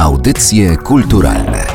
Audycje kulturalne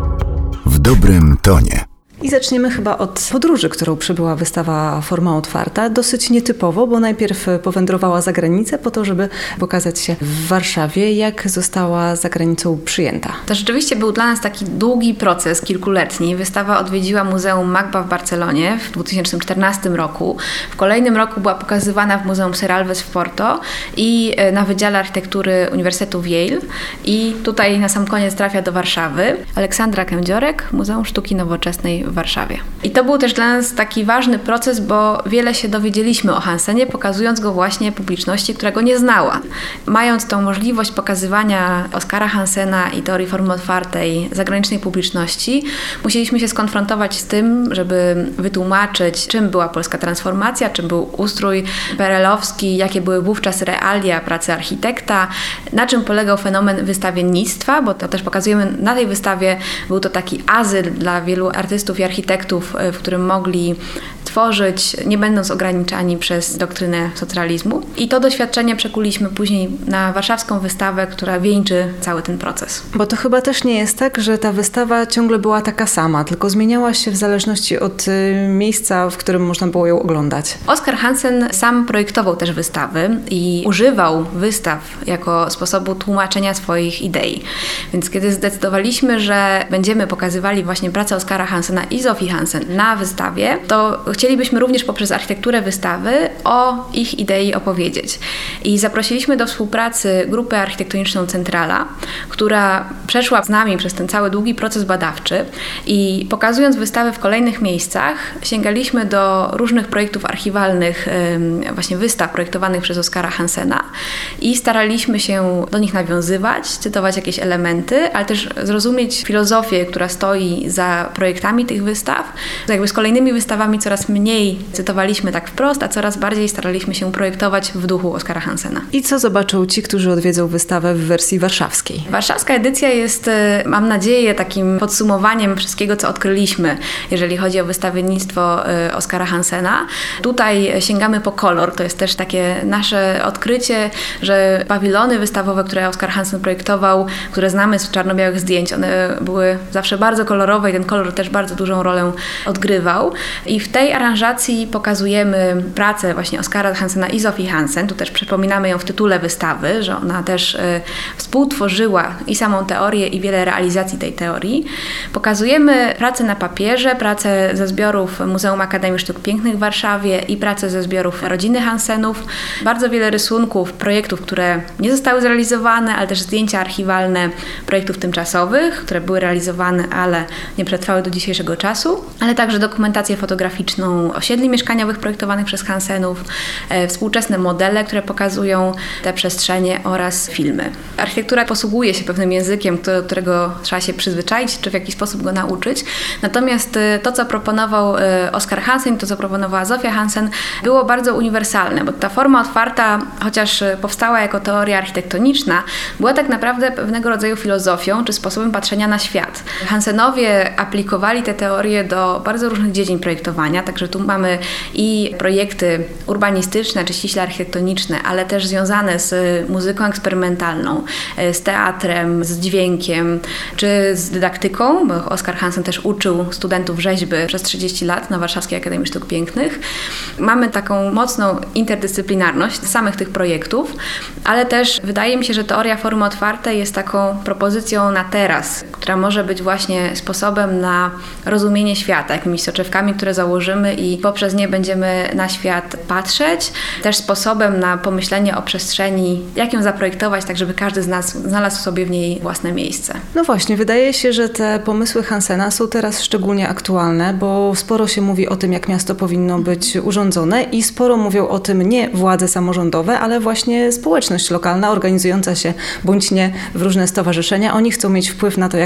w dobrym tonie. I zaczniemy chyba od podróży, którą przybyła wystawa Forma Otwarta. Dosyć nietypowo, bo najpierw powędrowała za granicę po to, żeby pokazać się w Warszawie. Jak została za granicą przyjęta? To rzeczywiście był dla nas taki długi proces, kilkuletni. Wystawa odwiedziła Muzeum MACBA w Barcelonie w 2014 roku. W kolejnym roku była pokazywana w Muzeum Serralves w Porto i na Wydziale Architektury Uniwersytetu w Yale. I tutaj na sam koniec trafia do Warszawy. Aleksandra Kędziorek, Muzeum Sztuki Nowoczesnej w Warszawie. I to był też dla nas taki ważny proces, bo wiele się dowiedzieliśmy o Hansenie, pokazując go właśnie publiczności, która go nie znała. Mając tą możliwość pokazywania Oskara Hansena i teorii formy otwartej zagranicznej publiczności, musieliśmy się skonfrontować z tym, żeby wytłumaczyć, czym była polska transformacja, czym był ustrój PRL-owski, jakie były wówczas realia pracy architekta, na czym polegał fenomen wystawiennictwa, bo to też pokazujemy na tej wystawie. Był to taki azyl dla wielu artystów i architektów, w którym mogli tworzyć, nie będąc ograniczani przez doktrynę socjalizmu. I to doświadczenie przekuliśmy później na warszawską wystawę, która wieńczy cały ten proces. Bo to chyba też nie jest tak, że ta wystawa ciągle była taka sama, tylko zmieniała się w zależności od miejsca, w którym można było ją oglądać. Oskar Hansen sam projektował też wystawy i używał wystaw jako sposobu tłumaczenia swoich idei. Więc kiedy zdecydowaliśmy, że będziemy pokazywali właśnie pracę Oskara Hansena i Zofii Hansen na wystawie, to chcielibyśmy również poprzez architekturę wystawy o ich idei opowiedzieć. I zaprosiliśmy do współpracy grupę architektoniczną Centrala, która przeszła z nami przez ten cały długi proces badawczy i pokazując wystawę w kolejnych miejscach, sięgaliśmy do różnych projektów archiwalnych, właśnie wystaw projektowanych przez Oskara Hansena i staraliśmy się do nich nawiązywać, cytować jakieś elementy, ale też zrozumieć filozofię, która stoi za projektami tych wystaw. Jakby z kolejnymi wystawami coraz mniej cytowaliśmy tak wprost, a coraz bardziej staraliśmy się projektować w duchu Oskara Hansena. I co zobaczą ci, którzy odwiedzą wystawę w wersji warszawskiej? Warszawska edycja jest, mam nadzieję, takim podsumowaniem wszystkiego, co odkryliśmy, jeżeli chodzi o wystawiennictwo Oskara Hansena. Tutaj sięgamy po kolor. To jest też takie nasze odkrycie, że pawilony wystawowe, które Oskar Hansen projektował, które znamy z czarno-białych zdjęć, one były zawsze bardzo kolorowe i ten kolor też bardzo dużą rolę odgrywał. I w tej aranżacji pokazujemy pracę właśnie Oskara Hansena i Zofii Hansen. Tu też przypominamy ją w tytule wystawy, że ona też współtworzyła i samą teorię, i wiele realizacji tej teorii. Pokazujemy pracę na papierze, pracę ze zbiorów Muzeum Akademii Sztuk Pięknych w Warszawie i pracę ze zbiorów rodziny Hansenów. Bardzo wiele rysunków, projektów, które nie zostały zrealizowane, ale też zdjęcia archiwalne projektów tymczasowych, które były realizowane, ale nie przetrwały do dzisiejszego czasu, ale także dokumentację fotograficzną osiedli mieszkaniowych projektowanych przez Hansenów, współczesne modele, które pokazują te przestrzenie oraz filmy. Architektura posługuje się pewnym językiem, do którego trzeba się przyzwyczaić, czy w jakiś sposób go nauczyć. Natomiast to, co proponował Oskar Hansen, to, co proponowała Zofia Hansen, było bardzo uniwersalne, bo ta forma otwarta, chociaż powstała jako teoria architektoniczna, była tak naprawdę pewnego rodzaju filozofią, czy sposobem patrzenia na świat. Hansenowie aplikowali te teorie do bardzo różnych dziedzin projektowania, także tu mamy i projekty urbanistyczne, czy ściśle architektoniczne, ale też związane z muzyką eksperymentalną, z teatrem, z dźwiękiem, czy z dydaktyką, bo Oskar Hansen też uczył studentów rzeźby przez 30 lat na Warszawskiej Akademii Sztuk Pięknych. Mamy taką mocną interdyscyplinarność samych tych projektów, ale też wydaje mi się, że teoria formy otwartej jest taką propozycją na teraz, która może być właśnie sposobem na rozumienie świata, jakimiś soczewkami, które założymy i poprzez nie będziemy na świat patrzeć. Też sposobem na pomyślenie o przestrzeni, jak ją zaprojektować, tak żeby każdy z nas znalazł sobie w niej własne miejsce. No właśnie, wydaje się, że te pomysły Hansena są teraz szczególnie aktualne, bo sporo się mówi o tym, jak miasto powinno być urządzone i sporo mówią o tym nie władze samorządowe, ale właśnie społeczność lokalna organizująca się bądź nie w różne stowarzyszenia. Oni chcą mieć wpływ na to, jak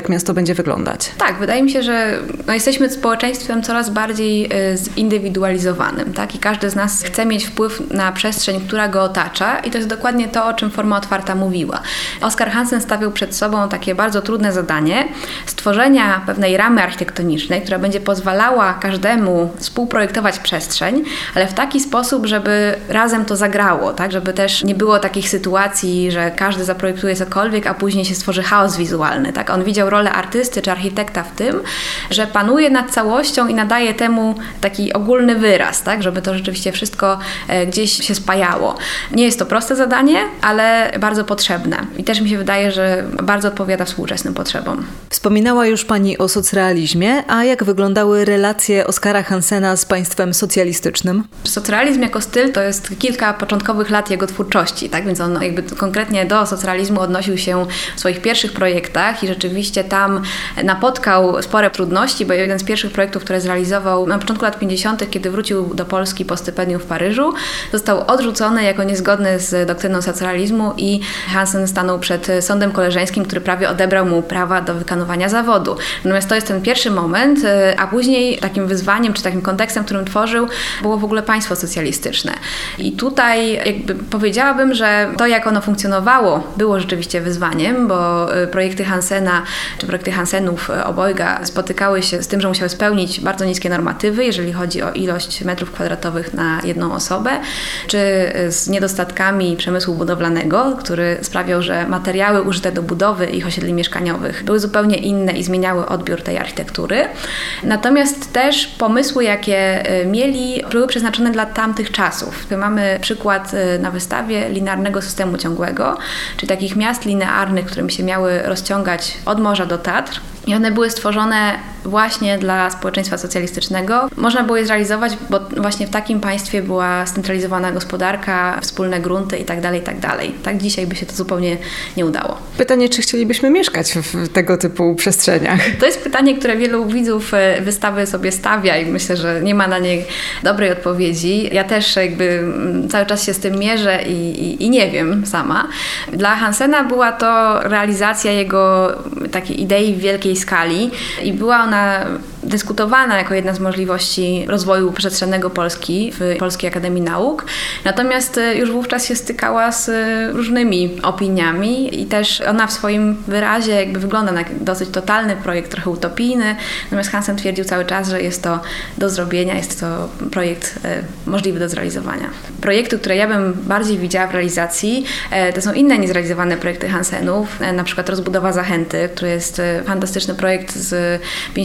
jak miasto będzie wyglądać. Tak, wydaje mi się, że jesteśmy społeczeństwem coraz bardziej zindywidualizowanym, tak? I każdy z nas chce mieć wpływ na przestrzeń, która go otacza i to jest dokładnie to, o czym forma otwarta mówiła. Oskar Hansen stawiał przed sobą takie bardzo trudne zadanie stworzenia pewnej ramy architektonicznej, która będzie pozwalała każdemu współprojektować przestrzeń, ale w taki sposób, żeby razem to zagrało, tak? Żeby też nie było takich sytuacji, że każdy zaprojektuje cokolwiek, a później się stworzy chaos wizualny, tak? On widział rolę artysty czy architekta w tym, że panuje nad całością i nadaje temu taki ogólny wyraz, tak? Żeby to rzeczywiście wszystko gdzieś się spajało. Nie jest to proste zadanie, ale bardzo potrzebne. I też mi się wydaje, że bardzo odpowiada współczesnym potrzebom. Wspominała już Pani o socrealizmie, a jak wyglądały relacje Oskara Hansena z państwem socjalistycznym? Socrealizm jako styl to jest kilka początkowych lat jego twórczości, tak? Więc on jakby konkretnie do socrealizmu odnosił się w swoich pierwszych projektach i rzeczywiście tam napotkał spore trudności, bo jeden z pierwszych projektów, które zrealizował na początku lat 50., kiedy wrócił do Polski po stypendium w Paryżu, został odrzucony jako niezgodny z doktryną socrealizmu i Hansen stanął przed sądem koleżeńskim, który prawie odebrał mu prawa do wykonywania zawodu. Natomiast to jest ten pierwszy moment, a później takim wyzwaniem, czy takim kontekstem, w którym tworzył, było w ogóle państwo socjalistyczne. I tutaj jakby powiedziałabym, że to, jak ono funkcjonowało, było rzeczywiście wyzwaniem, bo projekty Hansena, czy projekty Hansenów obojga spotykały się z tym, że musiały spełnić bardzo niskie normatywy, jeżeli chodzi o ilość metrów kwadratowych na jedną osobę, czy z niedostatkami przemysłu budowlanego, który sprawiał, że materiały użyte do budowy ich osiedli mieszkaniowych były zupełnie inne i zmieniały odbiór tej architektury. Natomiast też pomysły, jakie mieli, były przeznaczone dla tamtych czasów. Tu mamy przykład na wystawie linearnego systemu ciągłego, czyli takich miast linearnych, którymi się miały rozciągać od morza do Tatr. I one były stworzone właśnie dla społeczeństwa socjalistycznego. Można było je zrealizować, bo właśnie w takim państwie była scentralizowana gospodarka, wspólne grunty itd., itd. Tak dzisiaj by się to zupełnie nie udało. Pytanie, czy chcielibyśmy mieszkać w tego typu przestrzeniach? To jest pytanie, które wielu widzów wystawy sobie stawia i myślę, że nie ma na nie dobrej odpowiedzi. Ja też jakby cały czas się z tym mierzę i nie wiem sama. Dla Hansena była to realizacja jego takiej idei w wielkiej skali i była ona dyskutowana jako jedna z możliwości rozwoju przestrzennego Polski w Polskiej Akademii Nauk. Natomiast już wówczas się stykała z różnymi opiniami i też ona w swoim wyrazie jakby wygląda na dosyć totalny projekt, trochę utopijny. Natomiast Hansen twierdził cały czas, że jest to do zrobienia, jest to projekt możliwy do zrealizowania. Projekty, które ja bym bardziej widziała w realizacji, to są inne niezrealizowane projekty Hansenów, na przykład rozbudowa Zachęty, który jest fantastyczny projekt z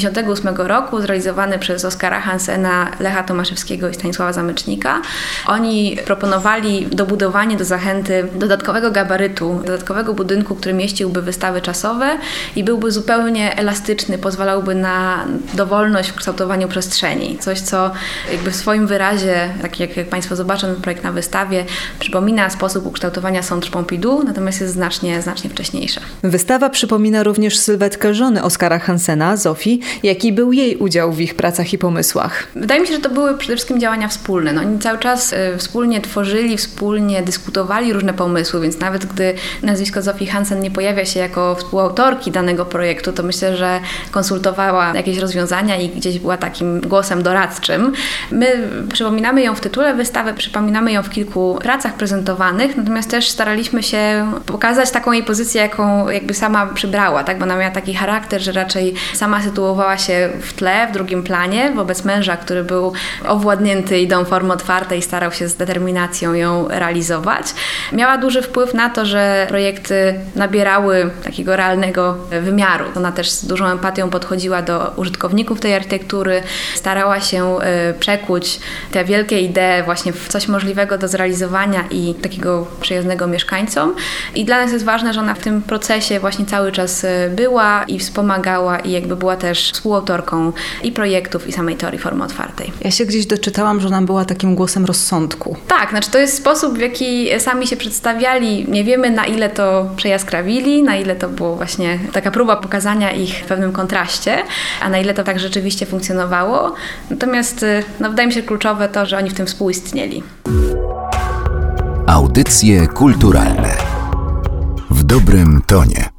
1958 roku, zrealizowany przez Oskara Hansena, Lecha Tomaszewskiego i Stanisława Zamecznika. Oni proponowali dobudowanie do Zachęty dodatkowego gabarytu, dodatkowego budynku, który mieściłby wystawy czasowe i byłby zupełnie elastyczny, pozwalałby na dowolność w kształtowaniu przestrzeni. Coś, co jakby w swoim wyrazie, tak jak Państwo zobaczą ten projekt na wystawie, przypomina sposób ukształtowania Centre Pompidou, natomiast jest znacznie wcześniejsze. Wystawa przypomina również sylwetkę żony Oskara Hansena, Zofii. Jaki był jej udział w ich pracach i pomysłach? Wydaje mi się, że to były przede wszystkim działania wspólne. Oni cały czas wspólnie tworzyli, wspólnie dyskutowali różne pomysły, więc nawet gdy nazwisko Zofii Hansen nie pojawia się jako współautorki danego projektu, to myślę, że konsultowała jakieś rozwiązania i gdzieś była takim głosem doradczym. My przypominamy ją w tytule wystawy, przypominamy ją w kilku pracach prezentowanych, natomiast też staraliśmy się pokazać taką jej pozycję, jaką jakby sama przybrała, tak? Bo ona miała taki charakter, że raczej sama sytuowała się w tle, w drugim planie, wobec męża, który był owładnięty ideą formy otwartej i starał się z determinacją ją realizować. Miała duży wpływ na to, że projekty nabierały takiego realnego wymiaru. Ona też z dużą empatią podchodziła do użytkowników tej architektury, starała się przekuć te wielkie idee właśnie w coś możliwego do zrealizowania i takiego przyjaznego mieszkańcom. I dla nas jest ważne, że ona w tym procesie właśnie cały czas była i wspomagała i jakby była też współautorką i projektów, i samej teorii formy otwartej. Ja się gdzieś doczytałam, że ona była takim głosem rozsądku. Tak, znaczy to jest sposób, w jaki sami się przedstawiali. Nie wiemy, na ile to przejaskrawili, na ile to było właśnie taka próba pokazania ich w pewnym kontraście, a na ile to tak rzeczywiście funkcjonowało. Natomiast wydaje mi się kluczowe to, że oni w tym współistnieli. Audycje kulturalne w dobrym tonie.